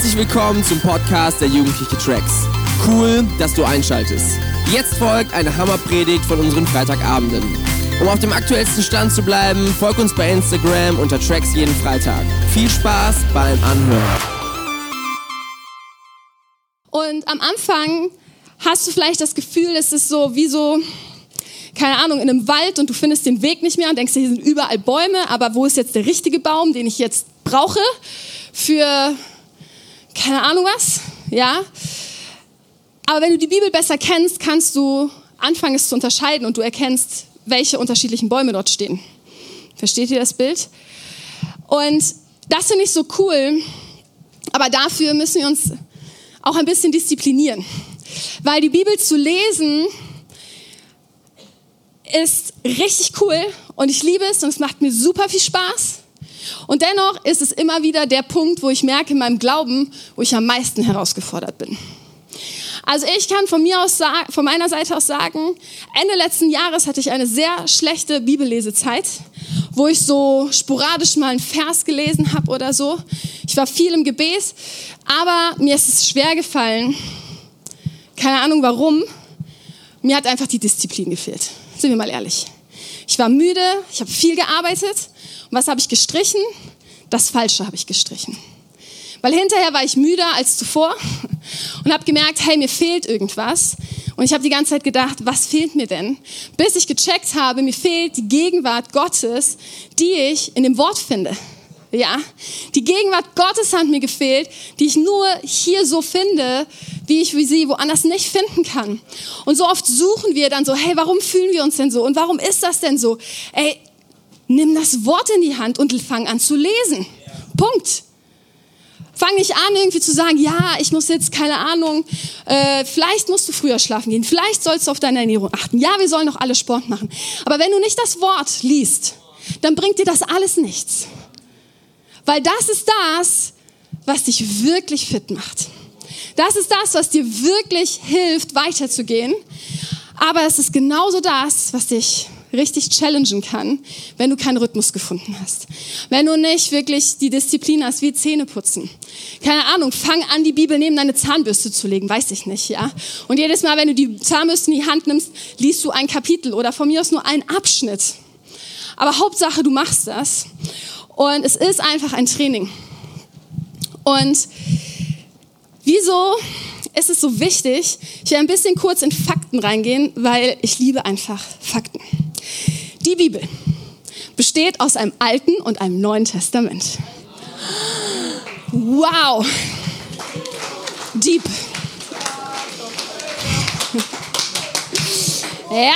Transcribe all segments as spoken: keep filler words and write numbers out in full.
Herzlich willkommen zum Podcast der Jugendliche Tracks. Cool, dass du einschaltest. Jetzt folgt eine Hammerpredigt von unseren Freitagabenden. Um auf dem aktuellsten Stand zu bleiben, folg uns bei Instagram unter Tracks jeden Freitag. Viel Spaß beim Anhören. Und am Anfang hast du vielleicht das Gefühl, es ist so wie so, keine Ahnung, in einem Wald und du findest den Weg nicht mehr und denkst, hier sind überall Bäume, aber wo ist jetzt der richtige Baum, den ich jetzt brauche für, keine Ahnung was, ja. Aber wenn du die Bibel besser kennst, kannst du anfangen, es zu unterscheiden und du erkennst, welche unterschiedlichen Bäume dort stehen. Versteht ihr das Bild? Und das finde ich so cool, aber dafür müssen wir uns auch ein bisschen disziplinieren. Weil die Bibel zu lesen ist richtig cool und ich liebe es und es macht mir super viel Spaß. Und dennoch ist es immer wieder der Punkt, wo ich merke in meinem Glauben, wo ich am meisten herausgefordert bin. Also ich kann von mir aus sagen, von meiner Seite aus sagen, Ende letzten Jahres hatte ich eine sehr schlechte Bibellesezeit, wo ich so sporadisch mal einen Vers gelesen habe oder so. Ich war viel im Gebet, aber mir ist es schwer gefallen. Keine Ahnung warum. Mir hat einfach die Disziplin gefehlt. Sind wir mal ehrlich. Ich war müde, ich habe viel gearbeitet. Und was habe ich gestrichen? Das Falsche habe ich gestrichen. Weil hinterher war ich müder als zuvor und habe gemerkt, hey, mir fehlt irgendwas. Und ich habe die ganze Zeit gedacht, was fehlt mir denn? Bis ich gecheckt habe, mir fehlt die Gegenwart Gottes, die ich in dem Wort finde. Ja, die Gegenwart Gottes hat mir gefehlt, die ich nur hier so finde, wie ich sie woanders nicht finden kann. Und so oft suchen wir dann so, hey, warum fühlen wir uns denn so? Und warum ist das denn so? Ey, nimm das Wort in die Hand und fang an zu lesen. Ja. Punkt. Fang nicht an, irgendwie zu sagen, ja, ich muss jetzt, keine Ahnung, äh, vielleicht musst du früher schlafen gehen, vielleicht sollst du auf deine Ernährung achten. Ja, wir sollen doch alle Sport machen. Aber wenn du nicht das Wort liest, dann bringt dir das alles nichts. Weil das ist das, was dich wirklich fit macht. Das ist das, was dir wirklich hilft, weiterzugehen. Aber es ist genauso das, was dich richtig challengen kann, wenn du keinen Rhythmus gefunden hast. Wenn du nicht wirklich die Disziplin hast, wie Zähne putzen. Keine Ahnung, fang an, die Bibel neben deine Zahnbürste zu legen, weiß ich nicht, ja. Und jedes Mal, wenn du die Zahnbürste in die Hand nimmst, liest du ein Kapitel oder von mir aus nur einen Abschnitt. Aber Hauptsache, du machst das. Und es ist einfach ein Training. Und wieso ist es so wichtig? Ich will ein bisschen kurz in Fakten reingehen, weil ich liebe einfach Fakten. Die Bibel besteht aus einem Alten und einem Neuen Testament. Wow! Deep. Ja.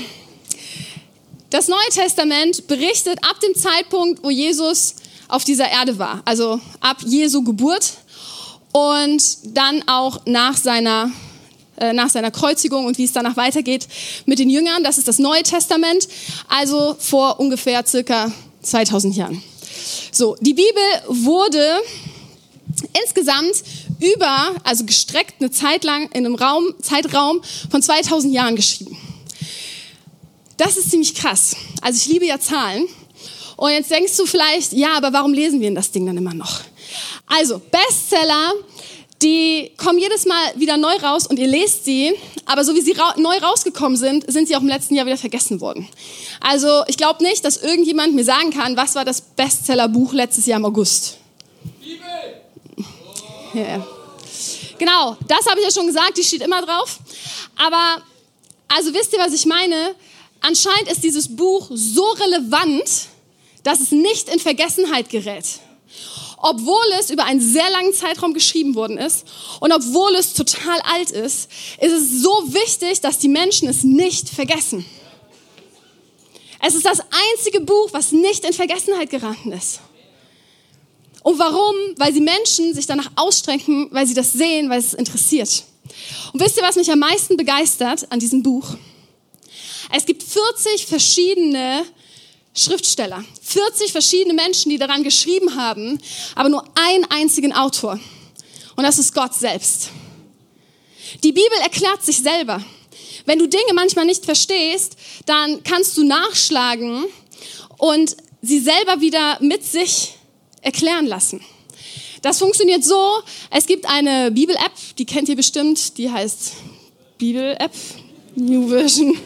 Das Neue Testament berichtet ab dem Zeitpunkt, wo Jesus auf dieser Erde war. Also ab Jesu Geburt und dann auch nach seiner nach seiner Kreuzigung und wie es danach weitergeht mit den Jüngern. Das ist das Neue Testament, also vor ungefähr circa zweitausend Jahren. So, die Bibel wurde insgesamt über, also gestreckt eine Zeit lang in einem Raum, Zeitraum von zweitausend Jahren geschrieben. Das ist ziemlich krass. Also ich liebe ja Zahlen. Und jetzt denkst du vielleicht, ja, aber warum lesen wir denn das Ding dann immer noch? Also, Bestseller, die kommen jedes Mal wieder neu raus und ihr lest sie, aber so wie sie ra- neu rausgekommen sind, sind sie auch im letzten Jahr wieder vergessen worden. Also ich glaube nicht, dass irgendjemand mir sagen kann, was war das Bestsellerbuch letztes Jahr im August. Bibel! Oh. Ja. Genau, das habe ich ja schon gesagt, die steht immer drauf. Aber, also wisst ihr, was ich meine? Anscheinend ist dieses Buch so relevant, dass es nicht in Vergessenheit gerät. Obwohl es über einen sehr langen Zeitraum geschrieben worden ist und obwohl es total alt ist, ist es so wichtig, dass die Menschen es nicht vergessen. Es ist das einzige Buch, was nicht in Vergessenheit geraten ist. Und warum? Weil die Menschen sich danach ausstrecken, weil sie das sehen, weil es interessiert. Und wisst ihr, was mich am meisten begeistert an diesem Buch? Es gibt vierzig verschiedene Schriftsteller, vierzig verschiedene Menschen, die daran geschrieben haben, aber nur einen einzigen Autor. Und das ist Gott selbst. Die Bibel erklärt sich selber. Wenn du Dinge manchmal nicht verstehst, dann kannst du nachschlagen und sie selber wieder mit sich erklären lassen. Das funktioniert so, es gibt eine Bibel-App, die kennt ihr bestimmt, die heißt Bibel-App, New Version.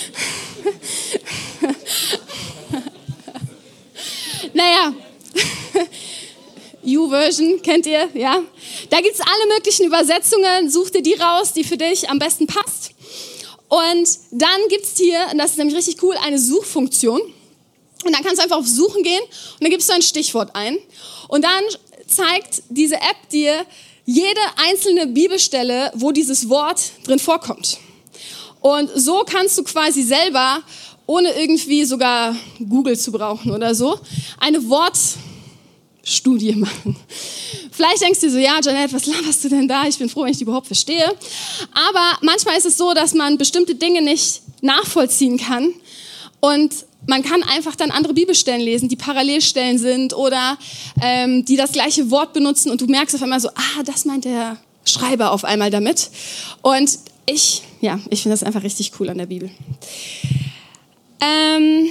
Naja, U-Version kennt ihr, ja. Da gibt es alle möglichen Übersetzungen, such dir die raus, die für dich am besten passt. Und dann gibt es hier, und das ist nämlich richtig cool, eine Suchfunktion. Und dann kannst du einfach auf Suchen gehen und dann gibst du ein Stichwort ein. Und dann zeigt diese App dir jede einzelne Bibelstelle, wo dieses Wort drin vorkommt. Und so kannst du quasi selber, ohne irgendwie sogar Google zu brauchen oder so, eine Wortstudie machen. Vielleicht denkst du so, ja, Janette, was laberst du denn da? Ich bin froh, wenn ich die überhaupt verstehe. Aber manchmal ist es so, dass man bestimmte Dinge nicht nachvollziehen kann und man kann einfach dann andere Bibelstellen lesen, die Parallelstellen sind oder ähm, die das gleiche Wort benutzen und du merkst auf einmal so, ah, das meint der Schreiber auf einmal damit. Und ich, ja, ich finde das einfach richtig cool an der Bibel. Ähm,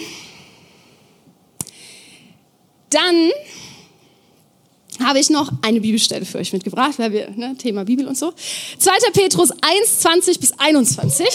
dann habe ich noch eine Bibelstelle für euch mitgebracht, weil wir, ne, Thema Bibel und so. zweiter Petrus eins, zwanzig bis einundzwanzig.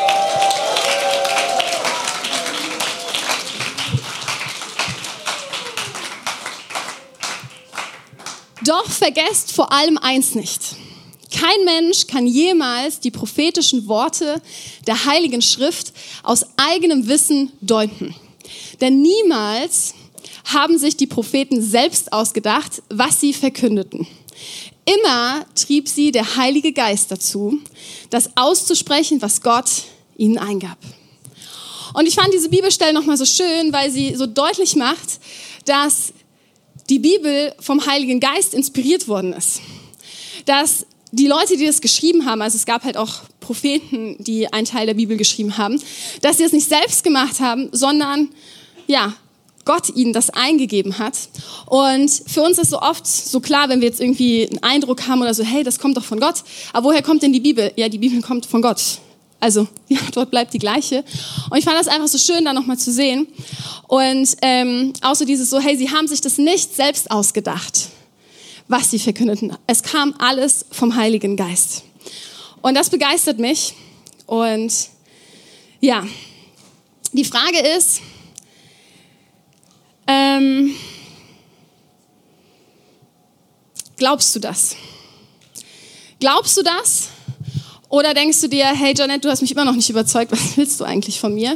Doch vergesst vor allem eins nicht. Kein Mensch kann jemals die prophetischen Worte der Heiligen Schrift aus eigenem Wissen deuten. Denn niemals haben sich die Propheten selbst ausgedacht, was sie verkündeten. Immer trieb sie der Heilige Geist dazu, das auszusprechen, was Gott ihnen eingab. Und ich fand diese Bibelstelle nochmal so schön, weil sie so deutlich macht, dass die Bibel vom Heiligen Geist inspiriert worden ist. Dass die Leute, die das geschrieben haben, also es gab halt auch Propheten, die einen Teil der Bibel geschrieben haben, dass sie es nicht selbst gemacht haben, sondern ja, Gott ihnen das eingegeben hat. Und für uns ist so oft so klar, wenn wir jetzt irgendwie einen Eindruck haben oder so, hey, das kommt doch von Gott. Aber woher kommt denn die Bibel? Ja, die Bibel kommt von Gott. Also die Antwort bleibt die gleiche. Und ich fand das einfach so schön, da nochmal zu sehen. Und ähm, auch so dieses so, hey, sie haben sich das nicht selbst ausgedacht, was sie verkündeten. Es kam alles vom Heiligen Geist. Und das begeistert mich. Und ja, die Frage ist, ähm, glaubst du das? Glaubst du das? Oder denkst du dir, hey Janette, du hast mich immer noch nicht überzeugt, was willst du eigentlich von mir?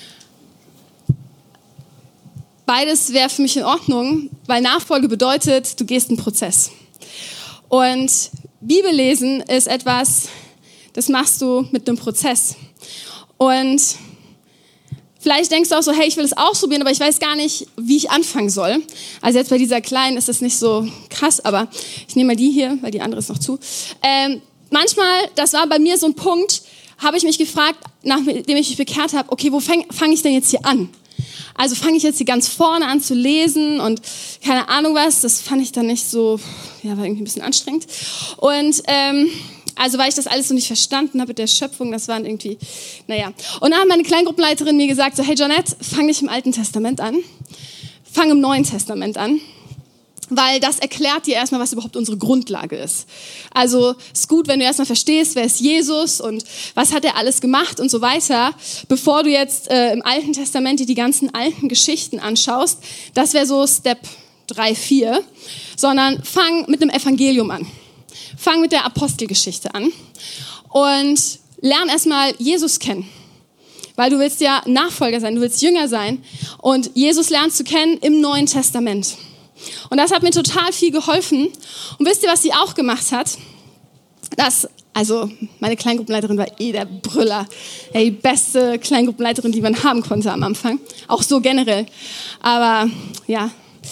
Beides wäre für mich in Ordnung, weil Nachfolge bedeutet, du gehst einen Prozess. Und Bibellesen ist etwas, das machst du mit einem Prozess. Und vielleicht denkst du auch so, hey, ich will es ausprobieren, aber ich weiß gar nicht, wie ich anfangen soll. Also jetzt bei dieser kleinen ist das nicht so krass, aber ich nehme mal die hier, weil die andere ist noch zu. Ähm, manchmal, das war bei mir so ein Punkt, habe ich mich gefragt, nachdem ich mich bekehrt habe, okay, wo fange fang ich denn jetzt hier an? Also fange ich jetzt hier ganz vorne an zu lesen und keine Ahnung was, das fand ich dann nicht so, ja, war irgendwie ein bisschen anstrengend. Und ähm, also weil ich das alles so nicht verstanden habe mit der Schöpfung, das waren irgendwie, naja. Und dann hat meine Kleingruppenleiterin mir gesagt, so, hey Janette, fang nicht im Alten Testament an, fang im Neuen Testament an. Weil das erklärt dir erstmal, was überhaupt unsere Grundlage ist. Also es ist gut, wenn du erstmal verstehst, wer ist Jesus und was hat er alles gemacht und so weiter, bevor du jetzt äh, im Alten Testament dir die ganzen alten Geschichten anschaust. Das wäre so Step drei, vier. Sondern fang mit dem Evangelium an. Fang mit der Apostelgeschichte an und lern erstmal Jesus kennen. Weil du willst ja Nachfolger sein, du willst Jünger sein und Jesus lernst du kennen im Neuen Testament. Und das hat mir total viel geholfen. Und wisst ihr, was sie auch gemacht hat? Das, also meine Kleingruppenleiterin war eh der Brüller. Die beste Kleingruppenleiterin, die man haben konnte am Anfang. Auch so generell. Aber ja,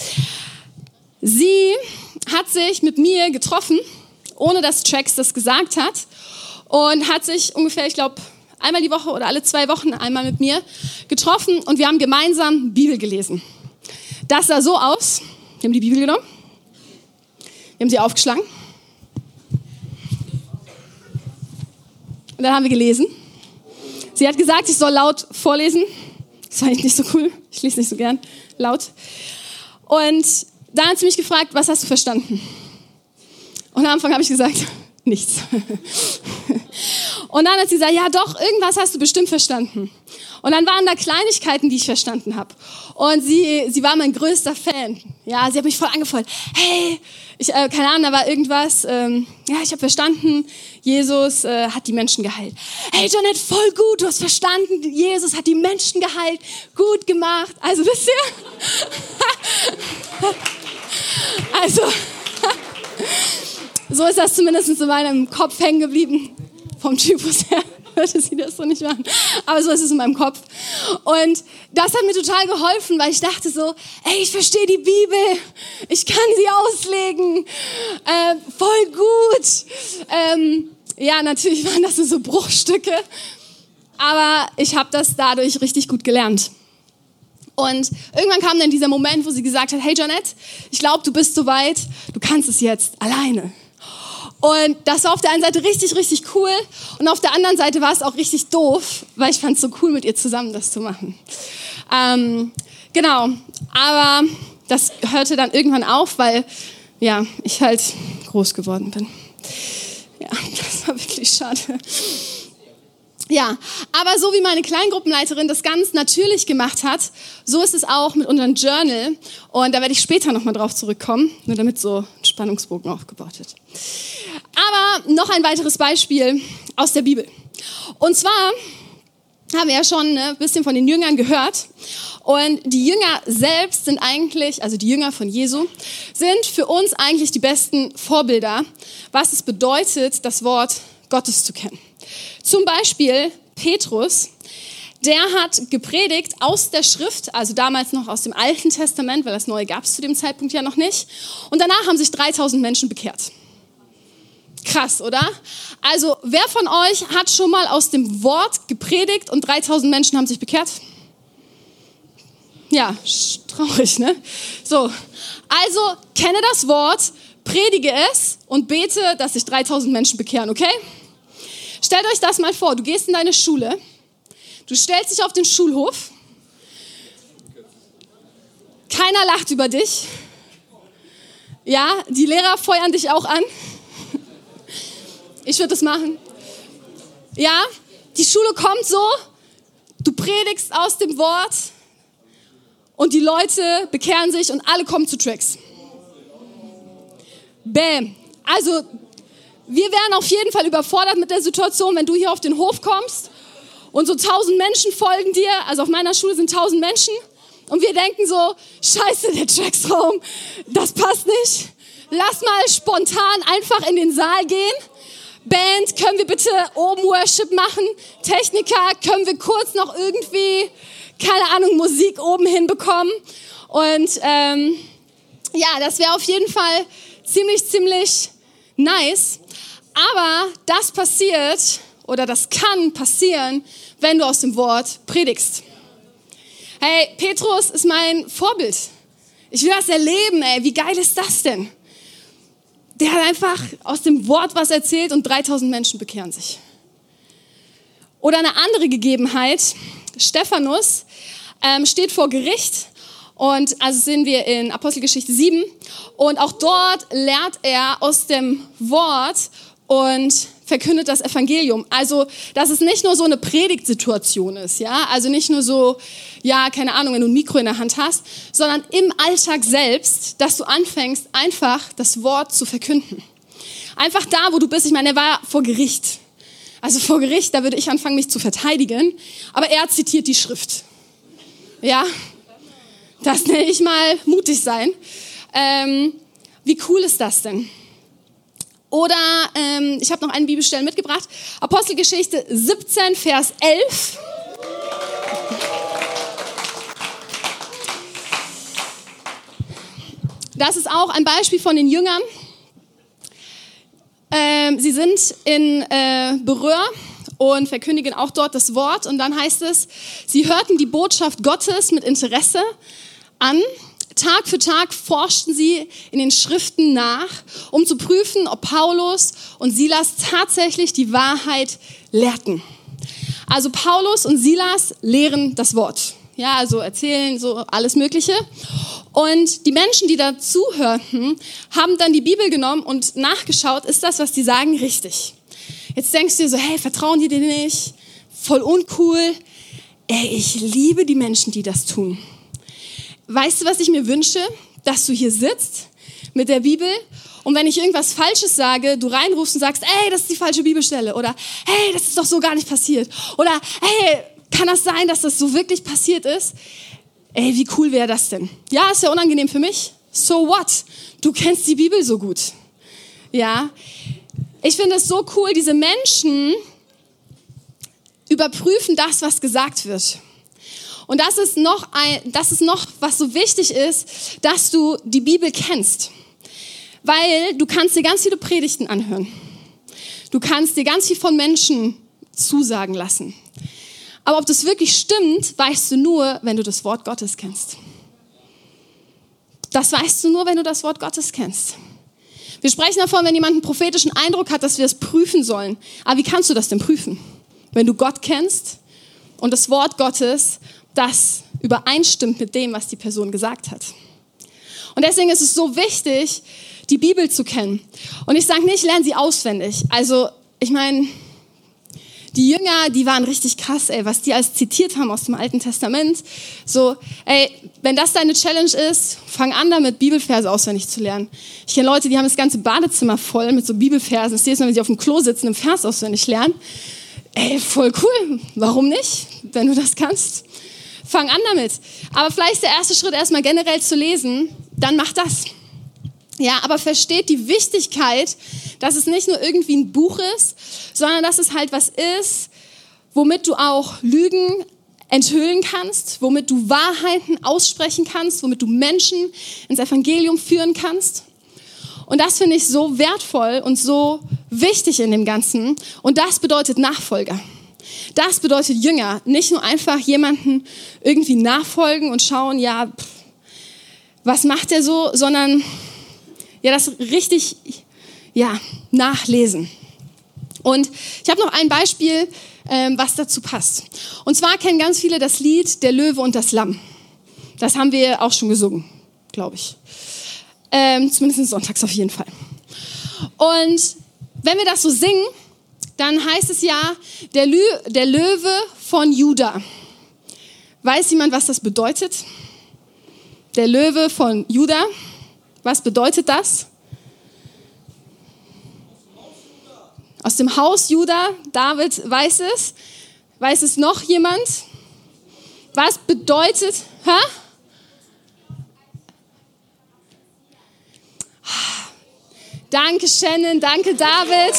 sie hat sich mit mir getroffen, ohne dass Trax das gesagt hat. Und hat sich ungefähr, ich glaube, einmal die Woche oder alle zwei Wochen einmal mit mir getroffen. Und wir haben gemeinsam Bibel gelesen. Das sah so aus. Wir haben die Bibel genommen, wir haben sie aufgeschlagen und dann haben wir gelesen. Sie hat gesagt, ich soll laut vorlesen. Das war eigentlich nicht so cool, ich lese nicht so gern laut. Und dann hat sie mich gefragt, was hast du verstanden? Und am Anfang habe ich gesagt, nichts. Und dann hat sie gesagt, ja doch, irgendwas hast du bestimmt verstanden. Und dann waren da Kleinigkeiten, die ich verstanden habe. Und sie, sie war mein größter Fan. Ja, sie hat mich voll angefeuert. Hey, ich, äh, keine Ahnung, da war irgendwas. Ähm, ja, ich habe verstanden, Jesus äh, hat die Menschen geheilt. Hey, Janette, voll gut, du hast verstanden, Jesus hat die Menschen geheilt. Gut gemacht. Also, wisst ihr? Also, so ist das zumindest in meinem Kopf hängen geblieben. Vom Typus her würde sie das so nicht machen. Aber so ist es in meinem Kopf. Und das hat mir total geholfen, weil ich dachte so, ey, ich verstehe die Bibel. Ich kann sie auslegen. Äh, voll gut. Ähm, ja, natürlich waren das so Bruchstücke. Aber ich habe das dadurch richtig gut gelernt. Und irgendwann kam dann dieser Moment, wo sie gesagt hat, hey Janette, ich glaube, du bist soweit. Du kannst es jetzt alleine. Und das war auf der einen Seite richtig, richtig cool und auf der anderen Seite war es auch richtig doof, weil ich fand es so cool, mit ihr zusammen das zu machen. Ähm, genau, aber das hörte dann irgendwann auf, weil ja, ich halt groß geworden bin. Ja, das war wirklich schade. Ja, aber so wie meine Kleingruppenleiterin das ganz natürlich gemacht hat, so ist es auch mit unserem Journal. Und da werde ich später nochmal drauf zurückkommen, nur damit so ein Spannungsbogen aufgebaut wird. Aber noch ein weiteres Beispiel aus der Bibel. Und zwar haben wir ja schon ein bisschen von den Jüngern gehört. Und die Jünger selbst sind eigentlich, also die Jünger von Jesu, sind für uns eigentlich die besten Vorbilder, was es bedeutet, das Wort Gottes zu kennen. Zum Beispiel Petrus, der hat gepredigt aus der Schrift, also damals noch aus dem Alten Testament, weil das Neue gab es zu dem Zeitpunkt ja noch nicht. Und danach haben sich dreitausend Menschen bekehrt. Krass, oder? Also wer von euch hat schon mal aus dem Wort gepredigt und dreitausend Menschen haben sich bekehrt? Ja, traurig, ne? So, also kenne das Wort, predige es und bete, dass sich dreitausend Menschen bekehren, okay? Stellt euch das mal vor, du gehst in deine Schule, du stellst dich auf den Schulhof, keiner lacht über dich, ja, die Lehrer feuern dich auch an, ich würde das machen, ja, die Schule kommt so, du predigst aus dem Wort und die Leute bekehren sich und alle kommen zu Tracks. Bäm, also wir wären auf jeden Fall überfordert mit der Situation, wenn du hier auf den Hof kommst und so tausend Menschen folgen dir. Also auf meiner Schule sind tausend Menschen und wir denken so, scheiße, der Tracksraum, das passt nicht. Lass mal spontan einfach in den Saal gehen. Band, können wir bitte oben Worship machen? Techniker, können wir kurz noch irgendwie, keine Ahnung, Musik oben hinbekommen? Und ähm, ja, das wäre auf jeden Fall ziemlich, ziemlich nice. Aber das passiert oder das kann passieren, wenn du aus dem Wort predigst. Hey, Petrus ist mein Vorbild. Ich will das erleben, ey. Wie geil ist das denn? Der hat einfach aus dem Wort was erzählt und dreitausend Menschen bekehren sich. Oder eine andere Gegebenheit. Stephanus ähm, steht vor Gericht. Und also sehen wir in Apostelgeschichte sieben. Und auch dort lernt er aus dem Wort und verkündet das Evangelium. Also, dass es nicht nur so eine Predigtsituation ist, ja, also nicht nur so, ja, keine Ahnung, wenn du ein Mikro in der Hand hast, sondern im Alltag selbst, dass du anfängst, einfach das Wort zu verkünden. Einfach da, wo du bist. Ich meine, er war vor Gericht. Also vor Gericht, da würde ich anfangen, mich zu verteidigen. Aber er zitiert die Schrift. Ja, das nenne ich mal mutig sein. Ähm, wie cool ist das denn? Oder ähm, ich habe noch eine Bibelstelle mitgebracht. Apostelgeschichte siebzehn, Vers elf. Das ist auch ein Beispiel von den Jüngern. Ähm, sie sind in äh, Beröa und verkündigen auch dort das Wort. Und dann heißt es, sie hörten die Botschaft Gottes mit Interesse an. Tag für Tag forschten sie in den Schriften nach, um zu prüfen, ob Paulus und Silas tatsächlich die Wahrheit lehrten. Also Paulus und Silas lehren das Wort. Ja, also erzählen so alles Mögliche. Und die Menschen, die da zuhörten, haben dann die Bibel genommen und nachgeschaut, ist das, was die sagen, richtig? Jetzt denkst du dir so, hey, vertrauen die dir nicht? Voll uncool. Ey, ich liebe die Menschen, die das tun. Weißt du, was ich mir wünsche? Dass du hier sitzt mit der Bibel und wenn ich irgendwas Falsches sage, du reinrufst und sagst, ey, das ist die falsche Bibelstelle oder hey, das ist doch so gar nicht passiert oder hey, kann das sein, dass das so wirklich passiert ist? Ey, wie cool wäre das denn? Ja, ist ja unangenehm für mich. So what? Du kennst die Bibel so gut. Ja, ich finde es so cool, diese Menschen überprüfen das, was gesagt wird. Und das ist noch ein, das ist noch, was so wichtig ist, dass du die Bibel kennst. Weil du kannst dir ganz viele Predigten anhören. Du kannst dir ganz viel von Menschen zusagen lassen. Aber ob das wirklich stimmt, weißt du nur, wenn du das Wort Gottes kennst. Das weißt du nur, wenn du das Wort Gottes kennst. Wir sprechen davon, wenn jemand einen prophetischen Eindruck hat, dass wir es prüfen sollen. Aber wie kannst du das denn prüfen? Wenn du Gott kennst und das Wort Gottes, das übereinstimmt mit dem, was die Person gesagt hat. Und deswegen ist es so wichtig, die Bibel zu kennen. Und ich sage nicht, lerne sie auswendig. Also, ich meine, die Jünger, die waren richtig krass, ey, was die alles zitiert haben aus dem Alten Testament. So, ey, wenn das deine Challenge ist, fang an damit, Bibelverse auswendig zu lernen. Ich kenne Leute, die haben das ganze Badezimmer voll mit so Bibelversen. Das jedes Mal, wenn sie auf dem Klo sitzen, einen Vers auswendig lernen. Ey, voll cool. Warum nicht, wenn du das kannst? Fang an damit. Aber vielleicht ist der erste Schritt, erstmal generell zu lesen, dann mach das. Ja, aber versteht die Wichtigkeit, dass es nicht nur irgendwie ein Buch ist, sondern dass es halt was ist, womit du auch Lügen enthüllen kannst, womit du Wahrheiten aussprechen kannst, womit du Menschen ins Evangelium führen kannst. Und das finde ich so wertvoll und so wichtig in dem Ganzen. Und das bedeutet Nachfolger. Das bedeutet Jünger. Nicht nur einfach jemanden irgendwie nachfolgen und schauen, ja, pff, was macht er so, sondern ja, das richtig ja, nachlesen. Und ich habe noch ein Beispiel, ähm, was dazu passt. Und zwar kennen ganz viele das Lied Der Löwe und das Lamm. Das haben wir auch schon gesungen, glaube ich. Ähm, zumindest sonntags auf jeden Fall. Und wenn wir das so singen, dann heißt es ja, der, Lö- der Löwe von Juda. Weiß jemand, was das bedeutet? Der Löwe von Juda. Was bedeutet das? Aus dem Haus Juda. David weiß es. Weiß es noch jemand? Was bedeutet? Hä? Danke Shannon, danke David.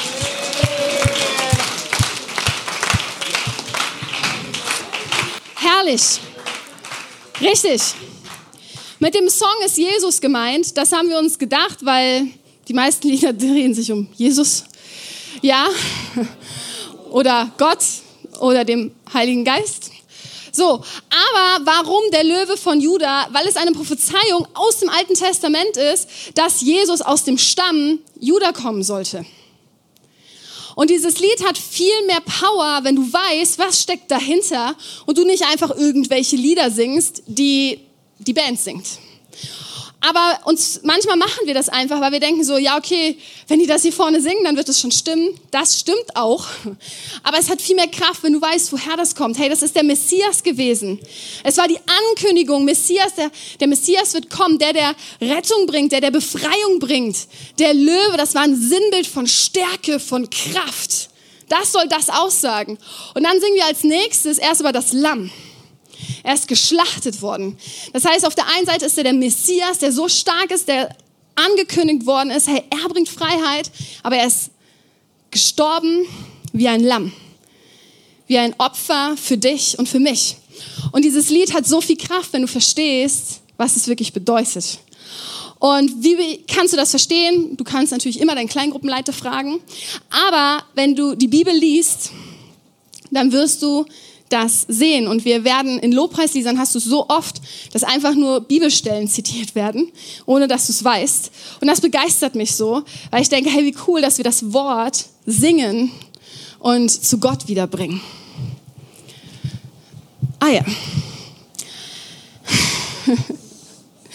Herrlich. Richtig. Mit dem Song ist Jesus gemeint. Das haben wir uns gedacht, weil die meisten Lieder drehen sich um Jesus. Ja. Oder Gott oder dem Heiligen Geist. So, aber warum der Löwe von Juda? Weil es eine Prophezeiung aus dem Alten Testament ist, dass Jesus aus dem Stamm Juda kommen sollte. Und dieses Lied hat viel mehr Power, wenn du weißt, was steckt dahinter und du nicht einfach irgendwelche Lieder singst, die die Band singt. Aber uns, manchmal machen wir das einfach, weil wir denken so, ja okay, wenn die das hier vorne singen, dann wird es schon stimmen. Das stimmt auch. Aber es hat viel mehr Kraft, wenn du weißt, woher das kommt. Hey, das ist der Messias gewesen. Es war die Ankündigung, Messias, der, der Messias wird kommen, der, der Rettung bringt, der, der Befreiung bringt. Der Löwe, das war ein Sinnbild von Stärke, von Kraft. Das soll das aussagen. Und dann singen wir als nächstes erst über das Lamm. Er ist geschlachtet worden. Das heißt, auf der einen Seite ist er der Messias, der so stark ist, der angekündigt worden ist, hey, er bringt Freiheit, aber er ist gestorben wie ein Lamm. Wie ein Opfer für dich und für mich. Und dieses Lied hat so viel Kraft, wenn du verstehst, was es wirklich bedeutet. Und wie kannst du das verstehen? Du kannst natürlich immer deinen Kleingruppenleiter fragen. Aber wenn du die Bibel liest, dann wirst du das sehen. Und wir werden in Lobpreisliedern hast du es so oft, dass einfach nur Bibelstellen zitiert werden, ohne dass du es weißt. Und das begeistert mich so, weil ich denke, hey, wie cool, dass wir das Wort singen und zu Gott wiederbringen. Ah ja.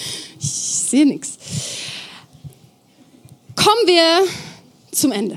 sehe nichts. Kommen wir zum Ende.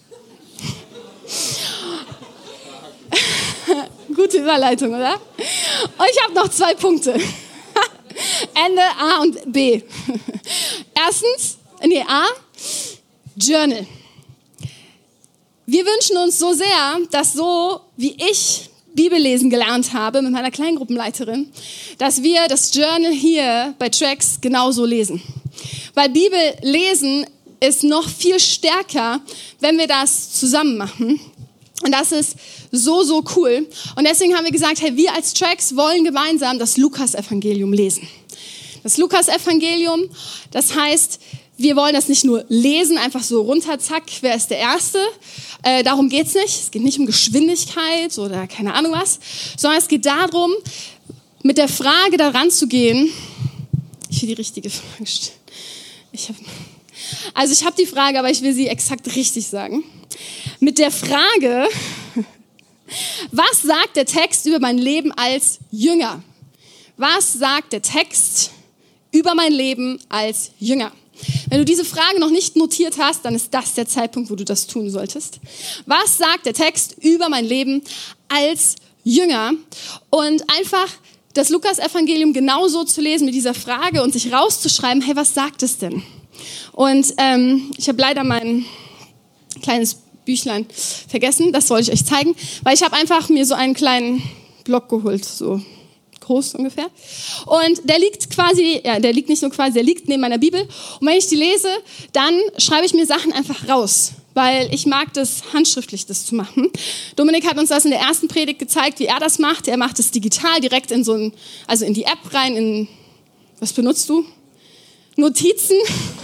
Gute Überleitung, oder? Und ich habe noch zwei Punkte. Ende A und B. Erstens, nee, A, Journal. Wir wünschen uns so sehr, dass so wie ich Bibellesen gelernt habe mit meiner Kleingruppenleiterin, dass wir das Journal hier bei Tracks genauso lesen. Weil Bibellesen ist noch viel stärker, wenn wir das zusammen machen. Und das ist so, so cool. Und deswegen haben wir gesagt, hey, wir als Tracks wollen gemeinsam das Lukas-Evangelium lesen. Das Lukas-Evangelium, das heißt, wir wollen das nicht nur lesen, einfach so runter, zack, wer ist der Erste? Äh, darum geht's nicht. Es geht nicht um Geschwindigkeit oder keine Ahnung was, sondern es geht darum, mit der Frage da ranzugehen. Ich will die richtige Frage stellen. Ich hab, also ich habe die Frage, aber ich will sie exakt richtig sagen. Mit der Frage, was sagt der Text über mein Leben als Jünger? Was sagt der Text über mein Leben als Jünger? Wenn du diese Frage noch nicht notiert hast, dann ist das der Zeitpunkt, wo du das tun solltest. Was sagt der Text über mein Leben als Jünger? Und einfach das Lukas-Evangelium genauso zu lesen mit dieser Frage und sich rauszuschreiben, hey, was sagt es denn? Und ähm, ich habe leider mein kleines Büchlein vergessen, das wollte ich euch zeigen, weil ich habe einfach mir so einen kleinen Block geholt, so groß ungefähr. Und der liegt quasi, ja, der liegt nicht nur quasi, der liegt neben meiner Bibel. Und wenn ich die lese, dann schreibe ich mir Sachen einfach raus, weil ich mag das handschriftlich, das zu machen. Dominik hat uns das in der ersten Predigt gezeigt, wie er das macht. Er macht es digital, direkt in so ein, also in die App rein, in, was benutzt du? Notizen.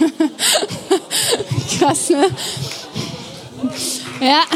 Krass, ne? Ja.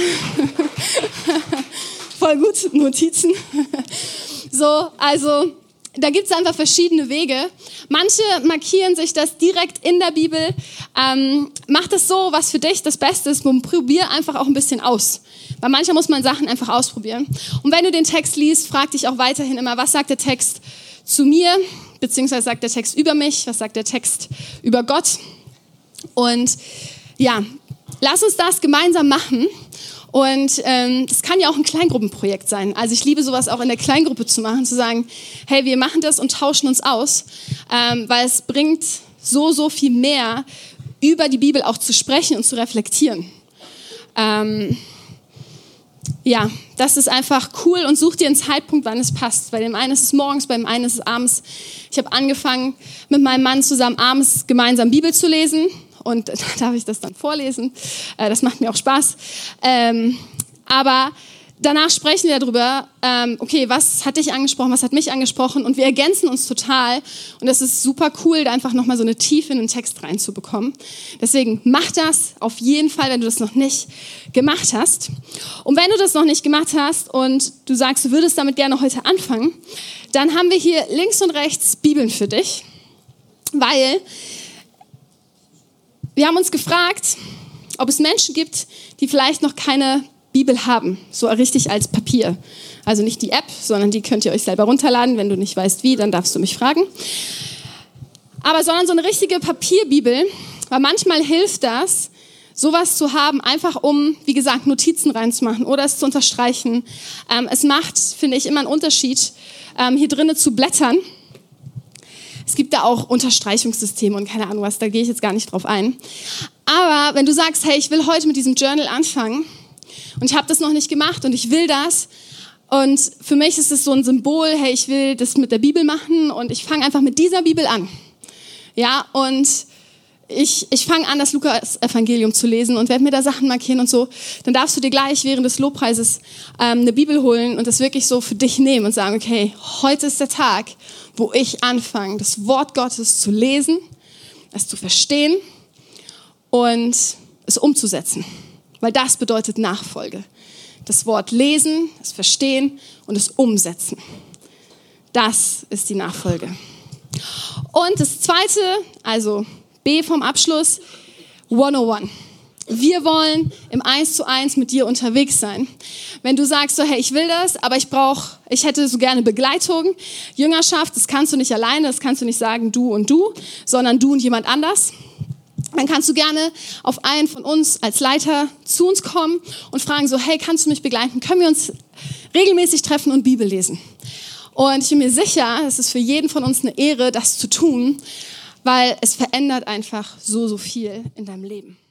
Voll gut, Notizen. So, also da gibt es einfach verschiedene Wege. Manche markieren sich das direkt in der Bibel. Ähm, mach das so, was für dich das Beste ist. Und probier einfach auch ein bisschen aus. Weil manchmal muss man Sachen einfach ausprobieren. Und wenn du den Text liest, frag dich auch weiterhin immer, was sagt der Text zu mir? Beziehungsweise sagt der Text über mich? Was sagt der Text über Gott? Und ja, lass uns das gemeinsam machen. Und ähm, das kann ja auch ein Kleingruppenprojekt sein. Also ich liebe sowas auch in der Kleingruppe zu machen, zu sagen, hey, wir machen das und tauschen uns aus, ähm, weil es bringt so, so viel mehr, über die Bibel auch zu sprechen und zu reflektieren. Ähm, ja, das ist einfach cool und such dir einen Zeitpunkt, wann es passt. Bei dem einen ist es morgens, bei dem einen ist es abends. Ich habe angefangen, mit meinem Mann zusammen abends gemeinsam Bibel zu lesen. Und da darf ich das dann vorlesen. Das macht mir auch Spaß. Ähm, aber danach sprechen wir darüber, ähm, okay, was hat dich angesprochen, was hat mich angesprochen? Und wir ergänzen uns total. Und das ist super cool, da einfach nochmal so eine Tiefe in den Text reinzubekommen. Deswegen mach das auf jeden Fall, wenn du das noch nicht gemacht hast. Und wenn du das noch nicht gemacht hast und du sagst, du würdest damit gerne heute anfangen, dann haben wir hier links und rechts Bibeln für dich. Weil wir haben uns gefragt, ob es Menschen gibt, die vielleicht noch keine Bibel haben, so richtig als Papier. Also nicht die App, sondern die könnt ihr euch selber runterladen. Wenn du nicht weißt wie, dann darfst du mich fragen. Aber sondern so eine richtige Papierbibel, weil manchmal hilft das, sowas zu haben, einfach um, wie gesagt, Notizen reinzumachen oder es zu unterstreichen. Ähm, es macht, finde ich, immer einen Unterschied, ähm, hier drinnen zu blättern. Es gibt da auch Unterstreichungssysteme und keine Ahnung was, da gehe ich jetzt gar nicht drauf ein. Aber wenn du sagst, hey, ich will heute mit diesem Journal anfangen und ich habe das noch nicht gemacht und ich will das und für mich ist es so ein Symbol, hey, ich will das mit der Bibel machen und ich fange einfach mit dieser Bibel an. Ja, und ich, ich fange an, das Lukas-Evangelium zu lesen und werde mir da Sachen markieren und so, dann darfst du dir gleich während des Lobpreises ähm, eine Bibel holen und das wirklich so für dich nehmen und sagen, okay, heute ist der Tag, wo ich anfange, das Wort Gottes zu lesen, es zu verstehen und es umzusetzen. Weil das bedeutet Nachfolge. Das Wort lesen, es verstehen und es umsetzen. Das ist die Nachfolge. Und das Zweite, also B vom Abschluss, hundertundeins. Wir wollen im eins zu eins mit dir unterwegs sein. Wenn du sagst, so, hey, ich will das, aber ich brauche ich hätte so gerne Begleitung. Jüngerschaft, das kannst du nicht alleine, das kannst du nicht sagen, du und du, sondern du und jemand anders. Dann kannst du gerne auf einen von uns als Leiter zu uns kommen und fragen so, hey, kannst du mich begleiten? Können wir uns regelmäßig treffen und Bibel lesen? Und ich bin mir sicher, es ist für jeden von uns eine Ehre, das zu tun, weil es verändert einfach so, so viel in deinem Leben.